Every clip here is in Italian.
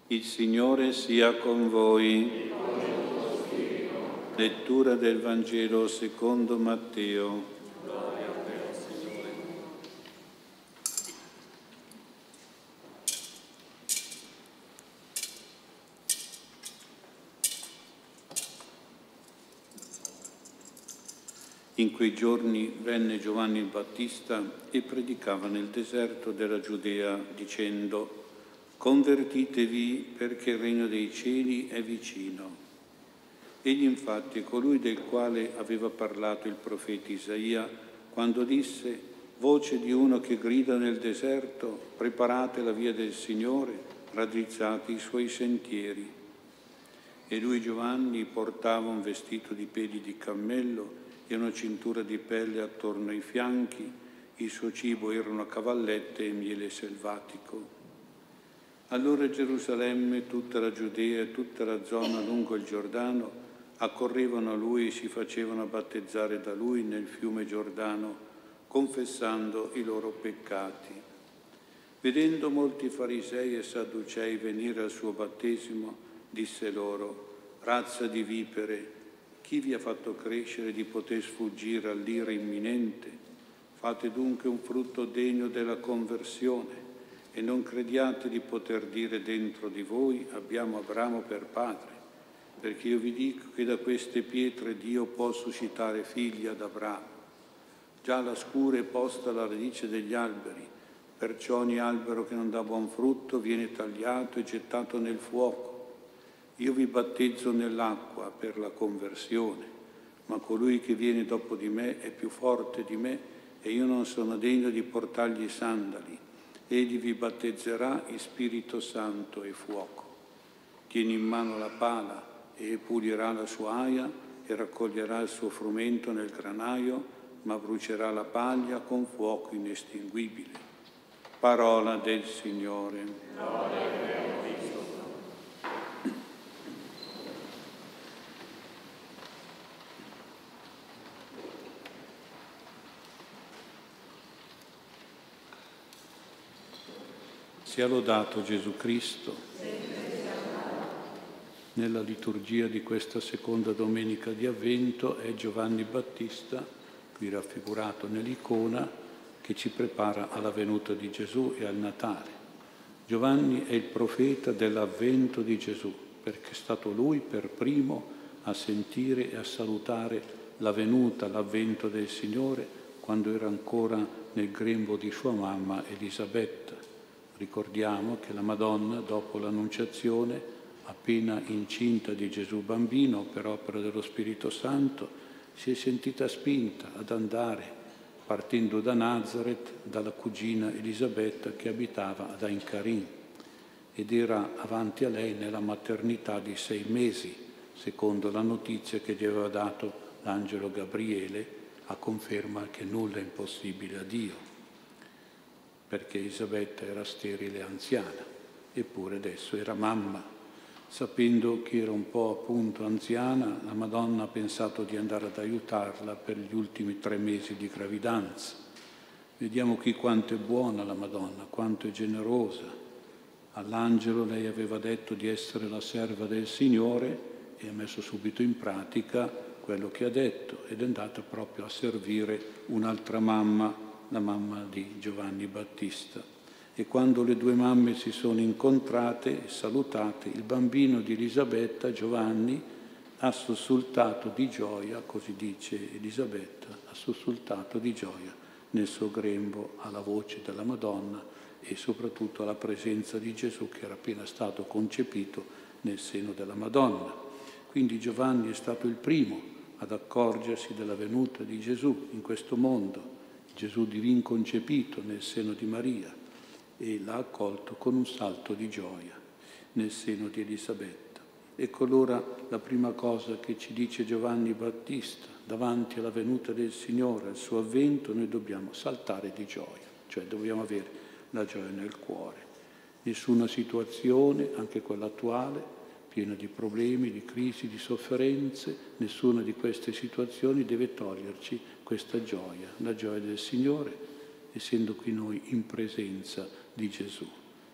Il Signore sia con voi. Lettura del Vangelo secondo Matteo. In quei giorni venne Giovanni il Battista e predicava nel deserto della Giudea dicendo: convertitevi perché il regno dei cieli è vicino. Egli infatti è colui del quale aveva parlato il profeta Isaia quando disse: voce di uno che grida nel deserto, preparate la via del Signore, raddrizzate i suoi sentieri. E lui, Giovanni, portava un vestito di peli di cammello e una cintura di pelle attorno ai fianchi. Il suo cibo erano cavallette e miele selvatico. Allora Gerusalemme, tutta la Giudea e tutta la zona lungo il Giordano accorrevano a lui e si facevano battezzare da lui nel fiume Giordano, confessando i loro peccati. Vedendo molti farisei e sadducei venire al suo battesimo, disse loro: razza di vipere, chi vi ha fatto crescere di poter sfuggire all'ira imminente? Fate dunque un frutto degno della conversione e non crediate di poter dire dentro di voi: abbiamo Abramo per padre, perché io vi dico che da queste pietre Dio può suscitare figli ad Abramo. Già la scure è posta alla radice degli alberi, perciò ogni albero che non dà buon frutto viene tagliato e gettato nel fuoco. Io vi battezzo nell'acqua per la conversione, ma colui che viene dopo di me è più forte di me e io non sono degno di portargli i sandali. Egli vi battezzerà in Spirito Santo e fuoco. Tiene in mano la pala e pulirà la sua aia e raccoglierà il suo frumento nel granaio, ma brucerà la paglia con fuoco inestinguibile. Parola del Signore. Sia lodato Gesù Cristo. Nella liturgia di questa seconda domenica di Avvento è Giovanni Battista, qui raffigurato nell'icona, che ci prepara alla venuta di Gesù e al Natale. Giovanni è il profeta dell'Avvento di Gesù, perché è stato lui per primo a sentire e a salutare la venuta, l'avvento del Signore, quando era ancora nel grembo di sua mamma Elisabetta. Ricordiamo che la Madonna, dopo l'Annunciazione, appena incinta di Gesù bambino per opera dello Spirito Santo, si è sentita spinta ad andare, partendo da Nazareth, dalla cugina Elisabetta che abitava ad Ain Karim, ed era avanti a lei nella maternità di 6 mesi, secondo la notizia che gli aveva dato l'angelo Gabriele, a conferma che nulla è impossibile a Dio, perché Elisabetta era sterile e anziana, eppure adesso era mamma. Sapendo che era un po' appunto anziana, la Madonna ha pensato di andare ad aiutarla per gli ultimi 3 mesi di gravidanza. Vediamo qui quanto è buona la Madonna, quanto è generosa. All'angelo lei aveva detto di essere la serva del Signore e ha messo subito in pratica quello che ha detto ed è andata proprio a servire un'altra mamma, la mamma di Giovanni Battista. E quando le 2 mamme si sono incontrate e salutate, il bambino di Elisabetta, Giovanni, ha sussultato di gioia, così dice Elisabetta, ha sussultato di gioia nel suo grembo alla voce della Madonna e soprattutto alla presenza di Gesù che era appena stato concepito nel seno della Madonna. Quindi Giovanni è stato il primo ad accorgersi della venuta di Gesù in questo mondo, Gesù divin concepito nel seno di Maria, e l'ha accolto con un salto di gioia nel seno di Elisabetta. Ecco allora la prima cosa che ci dice Giovanni Battista: davanti alla venuta del Signore, al suo avvento, noi dobbiamo saltare di gioia, cioè dobbiamo avere la gioia nel cuore. Nessuna situazione, anche quella attuale, piena di problemi, di crisi, di sofferenze, nessuna di queste situazioni deve toglierci questa gioia, la gioia del Signore, essendo qui noi in presenza di Gesù.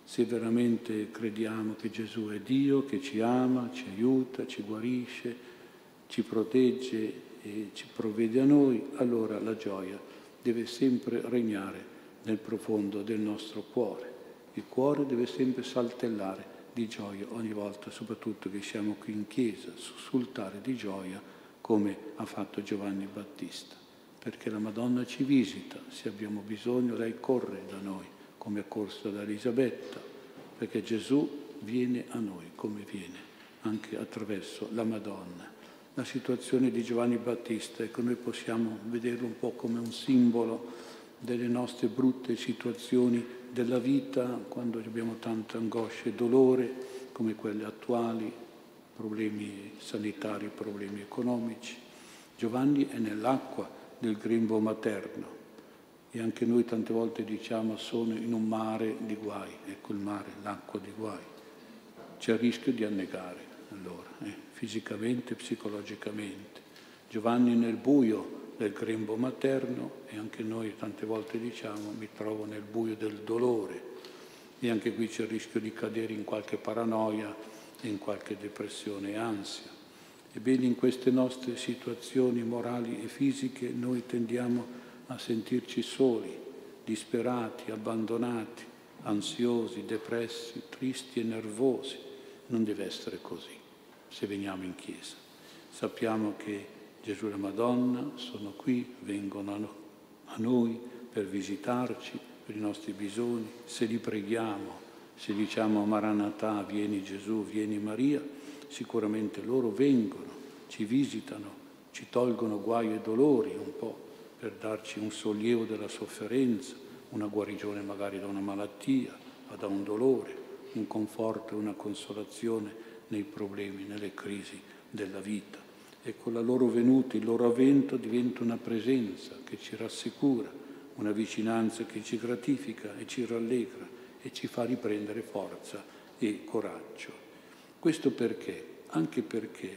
se veramente crediamo che Gesù è Dio, che ci ama, ci aiuta, ci guarisce, ci protegge e ci provvede a noi, allora la gioia deve sempre regnare nel profondo del nostro cuore. Il cuore deve sempre saltellare di gioia ogni volta, soprattutto che siamo qui in chiesa, sussultare di gioia come ha fatto Giovanni Battista, perché la Madonna ci visita, se abbiamo bisogno lei corre da noi, come è corsa da Elisabetta, perché Gesù viene a noi come viene, anche attraverso la Madonna. La situazione di Giovanni Battista, ecco, noi possiamo vederlo un po' come un simbolo delle nostre brutte situazioni della vita, quando abbiamo tanta angoscia e dolore, come quelle attuali, problemi sanitari, problemi economici. Giovanni è nell'acqua del grembo materno. E anche noi tante volte diciamo sono in un mare di guai, ecco il mare, l'acqua di guai. C'è il rischio di annegare, allora, fisicamente e psicologicamente. Giovanni nel buio del grembo materno e anche noi tante volte diciamo mi trovo nel buio del dolore e anche qui c'è il rischio di cadere in qualche paranoia e in qualche depressione e ansia. Ebbene in queste nostre situazioni morali e fisiche noi tendiamo a sentirci soli, disperati, abbandonati, ansiosi, depressi, tristi e nervosi. Non deve essere così, se veniamo in chiesa. Sappiamo che Gesù e la Madonna sono qui, vengono a noi per visitarci, per i nostri bisogni. Se li preghiamo, se diciamo Maranatha, vieni Gesù, vieni Maria, sicuramente loro vengono, ci visitano, ci tolgono guai e dolori un po', per darci un sollievo della sofferenza, una guarigione magari da una malattia, da un dolore, un conforto e una consolazione nei problemi, nelle crisi della vita. E con la loro venuta, il loro avvento diventa una presenza che ci rassicura, una vicinanza che ci gratifica e ci rallegra e ci fa riprendere forza e coraggio. Questo perché? Anche perché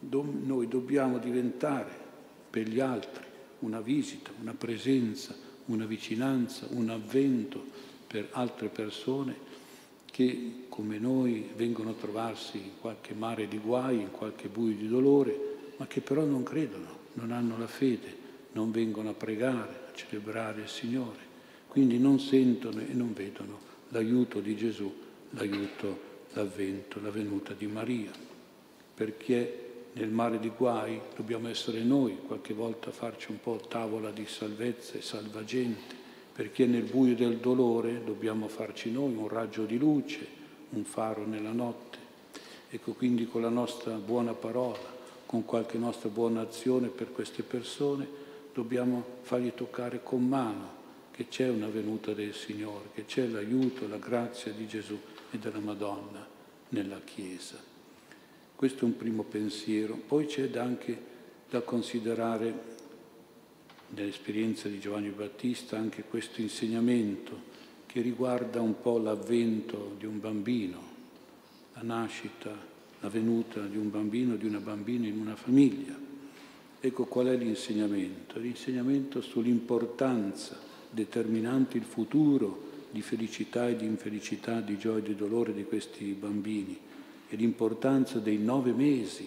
noi dobbiamo diventare per gli altri una visita, una presenza, una vicinanza, un avvento per altre persone che, come noi, vengono a trovarsi in qualche mare di guai, in qualche buio di dolore, ma che però non credono, non hanno la fede, non vengono a pregare, a celebrare il Signore. Quindi non sentono e non vedono l'aiuto di Gesù, l'aiuto, l'avvento, la venuta di Maria. Perché nel mare di guai dobbiamo essere noi, qualche volta farci un po' tavola di salvezza e salvagente, perché nel buio del dolore dobbiamo farci noi un raggio di luce, un faro nella notte. Ecco, quindi con la nostra buona parola, con qualche nostra buona azione per queste persone, dobbiamo fargli toccare con mano che c'è una venuta del Signore, che c'è l'aiuto, la grazia di Gesù e della Madonna nella Chiesa. Questo è un primo pensiero. Poi c'è anche da considerare, nell'esperienza di Giovanni Battista, anche questo insegnamento che riguarda un po' l'avvento di un bambino, la nascita, la venuta di un bambino, di una bambina in una famiglia. Ecco qual è l'insegnamento. L'insegnamento sull'importanza determinante il futuro di felicità e di infelicità, di gioia e di dolore di questi bambini, e l'importanza dei 9 mesi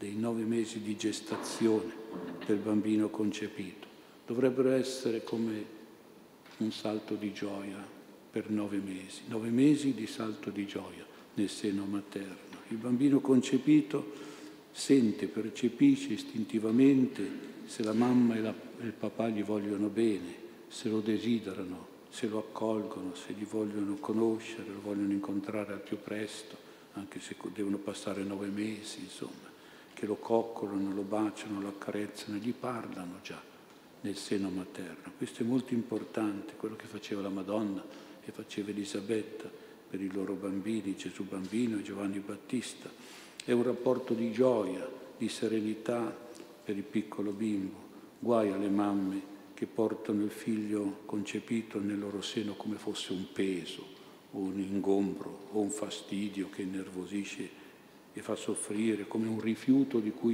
di gestazione del bambino concepito. Dovrebbero essere come un salto di gioia per 9 mesi di salto di gioia nel seno materno. Il bambino concepito sente, percepisce istintivamente se la mamma e il papà gli vogliono bene, se lo desiderano, se lo accolgono, se gli vogliono conoscere, lo vogliono incontrare al più presto, anche se devono passare 9 mesi, insomma, che lo coccolano, lo baciano, lo accarezzano, gli parlano già nel seno materno. Questo è molto importante, quello che faceva la Madonna e faceva Elisabetta per i loro bambini, Gesù bambino e Giovanni Battista. È un rapporto di gioia, di serenità per il piccolo bimbo. Guai alle mamme che portano il figlio concepito nel loro seno come fosse un peso, o un ingombro, o un fastidio che innervosisce e fa soffrire, come un rifiuto di cui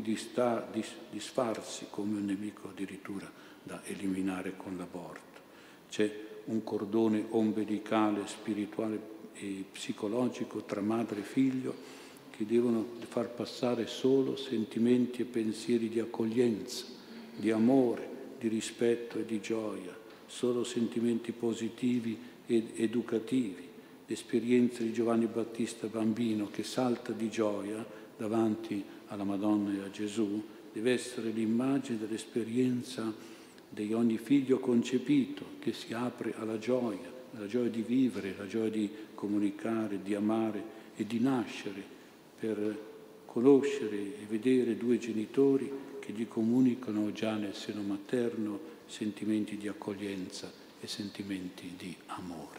disfarsi, come un nemico addirittura da eliminare con l'aborto. C'è un cordone ombelicale spirituale e psicologico tra madre e figlio, che devono far passare solo sentimenti e pensieri di accoglienza, di amore, di rispetto e di gioia, solo sentimenti positivi ed educativi. L'esperienza di Giovanni Battista bambino che salta di gioia davanti alla Madonna e a Gesù deve essere l'immagine dell'esperienza di ogni figlio concepito che si apre alla gioia, la gioia di vivere, la gioia di comunicare, di amare e di nascere, per conoscere e vedere due genitori che gli comunicano già nel seno materno sentimenti di accoglienza e sentimenti di amore.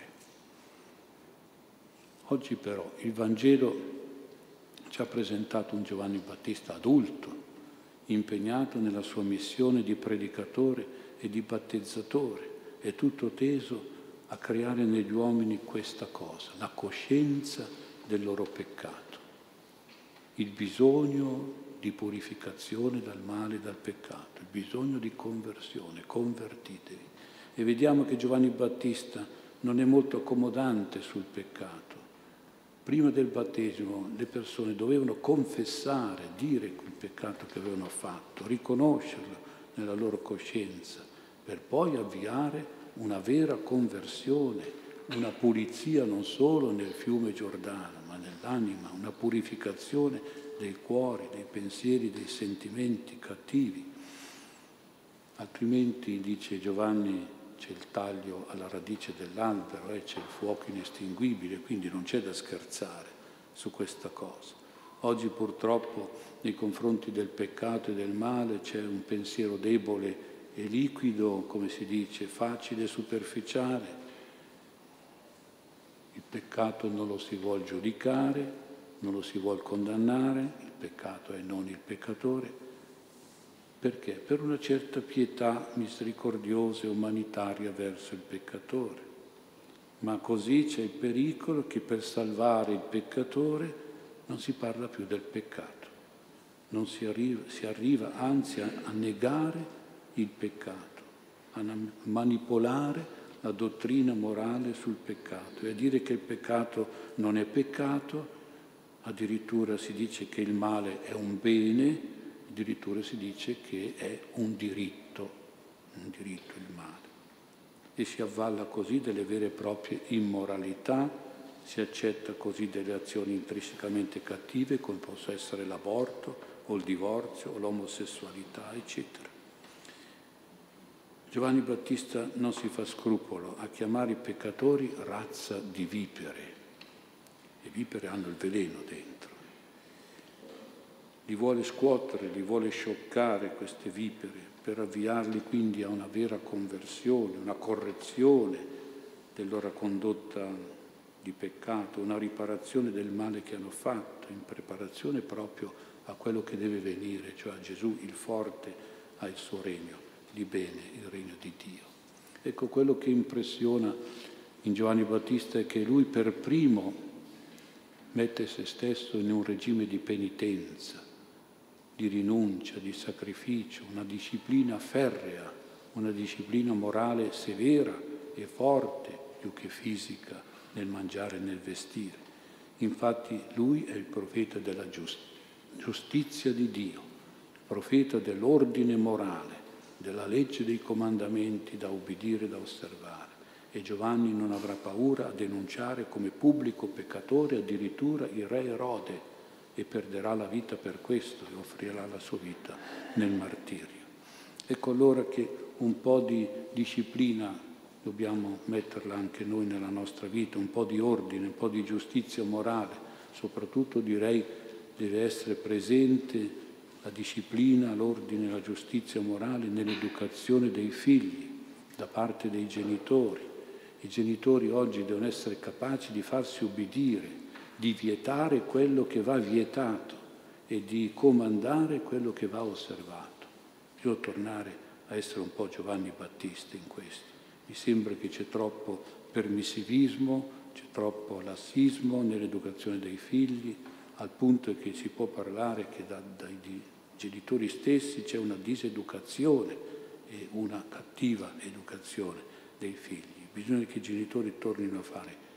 Oggi però il Vangelo ci ha presentato un Giovanni Battista adulto, impegnato nella sua missione di predicatore e di battezzatore, è tutto teso a creare negli uomini questa cosa, la coscienza del loro peccato, il bisogno di purificazione dal male e dal peccato, il bisogno di conversione, convertitevi. E vediamo che Giovanni Battista non è molto accomodante sul peccato. Prima del battesimo le persone dovevano confessare, dire quel peccato che avevano fatto, riconoscerlo nella loro coscienza, per poi avviare una vera conversione, una pulizia non solo nel fiume Giordano, ma nell'anima, una purificazione dei cuori, dei pensieri, dei sentimenti cattivi. Altrimenti, dice Giovanni, c'è il taglio alla radice dell'albero, c'è il fuoco inestinguibile, quindi non c'è da scherzare su questa cosa. Oggi purtroppo nei confronti del peccato e del male c'è un pensiero debole e liquido, come si dice, facile e superficiale. Il peccato non lo si vuol giudicare, non lo si vuol condannare, il peccato è non il peccatore. Perché? Per una certa pietà misericordiosa e umanitaria verso il peccatore. Ma così c'è il pericolo che per salvare il peccatore non si parla più del peccato. Non si arriva anzi a negare il peccato, a manipolare la dottrina morale sul peccato e a dire che il peccato non è peccato, addirittura si dice che il male è un bene, addirittura si dice che è un diritto il male. E si avvalla così delle vere e proprie immoralità, si accetta così delle azioni intrinsecamente cattive, come possa essere l'aborto o il divorzio o l'omosessualità, eccetera. Giovanni Battista non si fa scrupolo a chiamare i peccatori razza di vipere. Le vipere hanno il veleno dentro. Li vuole scuotere, li vuole scioccare queste vipere per avviarli quindi a una vera conversione, una correzione della loro condotta di peccato, una riparazione del male che hanno fatto, in preparazione proprio a quello che deve venire, cioè a Gesù il forte ha il suo regno di bene, il regno di Dio. Ecco, quello che impressiona in Giovanni Battista è che lui per primo mette se stesso in un regime di penitenza, di rinuncia, di sacrificio, una disciplina ferrea, una disciplina morale severa e forte, più che fisica, nel mangiare e nel vestire. Infatti lui è il profeta della giustizia di Dio, il profeta dell'ordine morale, della legge dei comandamenti da ubbidire e da osservare. E Giovanni non avrà paura a denunciare come pubblico peccatore addirittura il re Erode, e perderà la vita per questo e offrirà la sua vita nel martirio. Ecco allora che un po' di disciplina dobbiamo metterla anche noi nella nostra vita, un po' di ordine, un po' di giustizia morale, soprattutto direi deve essere presente la disciplina, l'ordine, la giustizia morale nell'educazione dei figli da parte dei genitori. I genitori oggi devono essere capaci di farsi ubbidire, di vietare quello che va vietato e di comandare quello che va osservato. Bisogna tornare a essere un po' Giovanni Battista in questo. Mi sembra che c'è troppo permissivismo, c'è troppo lassismo nell'educazione dei figli, al punto che si può parlare che dai genitori stessi c'è una diseducazione e una cattiva educazione dei figli. Bisogna che i genitori tornino a fare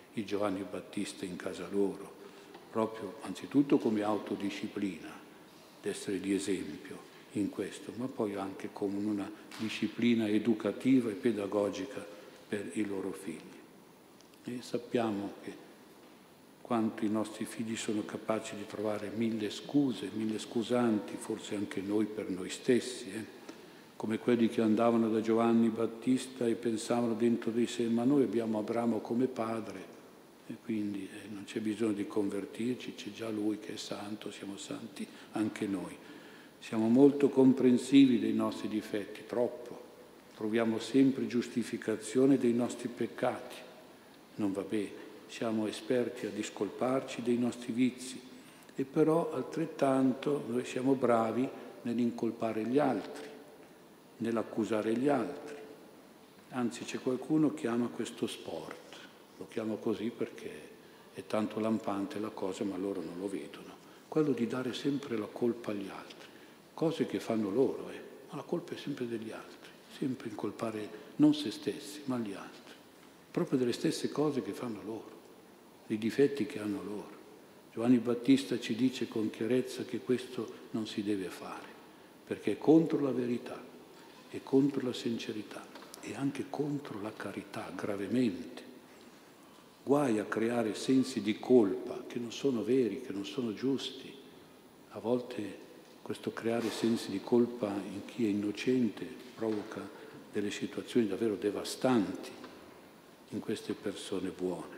i Giovanni Battista in casa loro, proprio anzitutto come autodisciplina, d'essere di esempio in questo, ma poi anche come una disciplina educativa e pedagogica per i loro figli. E sappiamo che quanto i nostri figli sono capaci di trovare mille scuse, mille scusanti, forse anche noi per noi stessi, come quelli che andavano da Giovanni Battista e pensavano dentro di sé, ma noi abbiamo Abramo come padre e quindi non c'è bisogno di convertirci, c'è già lui che è santo, siamo santi anche noi. Siamo molto comprensivi dei nostri difetti, troppo. Troviamo sempre giustificazione dei nostri peccati. Non va bene, siamo esperti a discolparci dei nostri vizi e però altrettanto noi siamo bravi nell'incolpare gli altri, nell'accusare gli altri. Anzi, c'è qualcuno che ama questo sport, lo chiamo così perché è tanto lampante la cosa, ma loro non lo vedono. Quello di dare sempre la colpa agli altri, cose che fanno loro, ma la colpa è sempre degli altri, sempre incolpare non se stessi, ma gli altri, proprio delle stesse cose che fanno loro, dei difetti che hanno loro. Giovanni Battista ci dice con chiarezza che questo non si deve fare, perché è contro la verità, è contro la sincerità e anche contro la carità, gravemente. Guai a creare sensi di colpa che non sono veri, che non sono giusti. A volte questo creare sensi di colpa in chi è innocente provoca delle situazioni davvero devastanti in queste persone buone.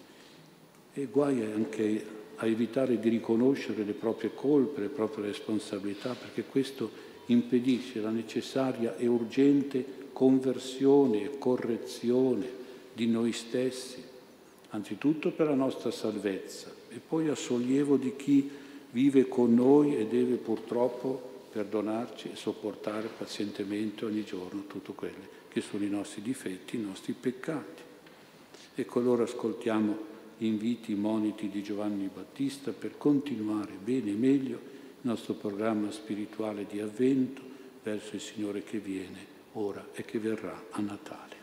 E guai anche a evitare di riconoscere le proprie colpe, le proprie responsabilità, perché questo impedisce la necessaria e urgente conversione e correzione di noi stessi, anzitutto per la nostra salvezza e poi a sollievo di chi vive con noi e deve purtroppo perdonarci e sopportare pazientemente ogni giorno tutto quelli che sono i nostri difetti, i nostri peccati. Ecco, allora ascoltiamo gli inviti, i moniti di Giovanni Battista per continuare bene e meglio il nostro programma spirituale di Avvento verso il Signore che viene ora e che verrà a Natale.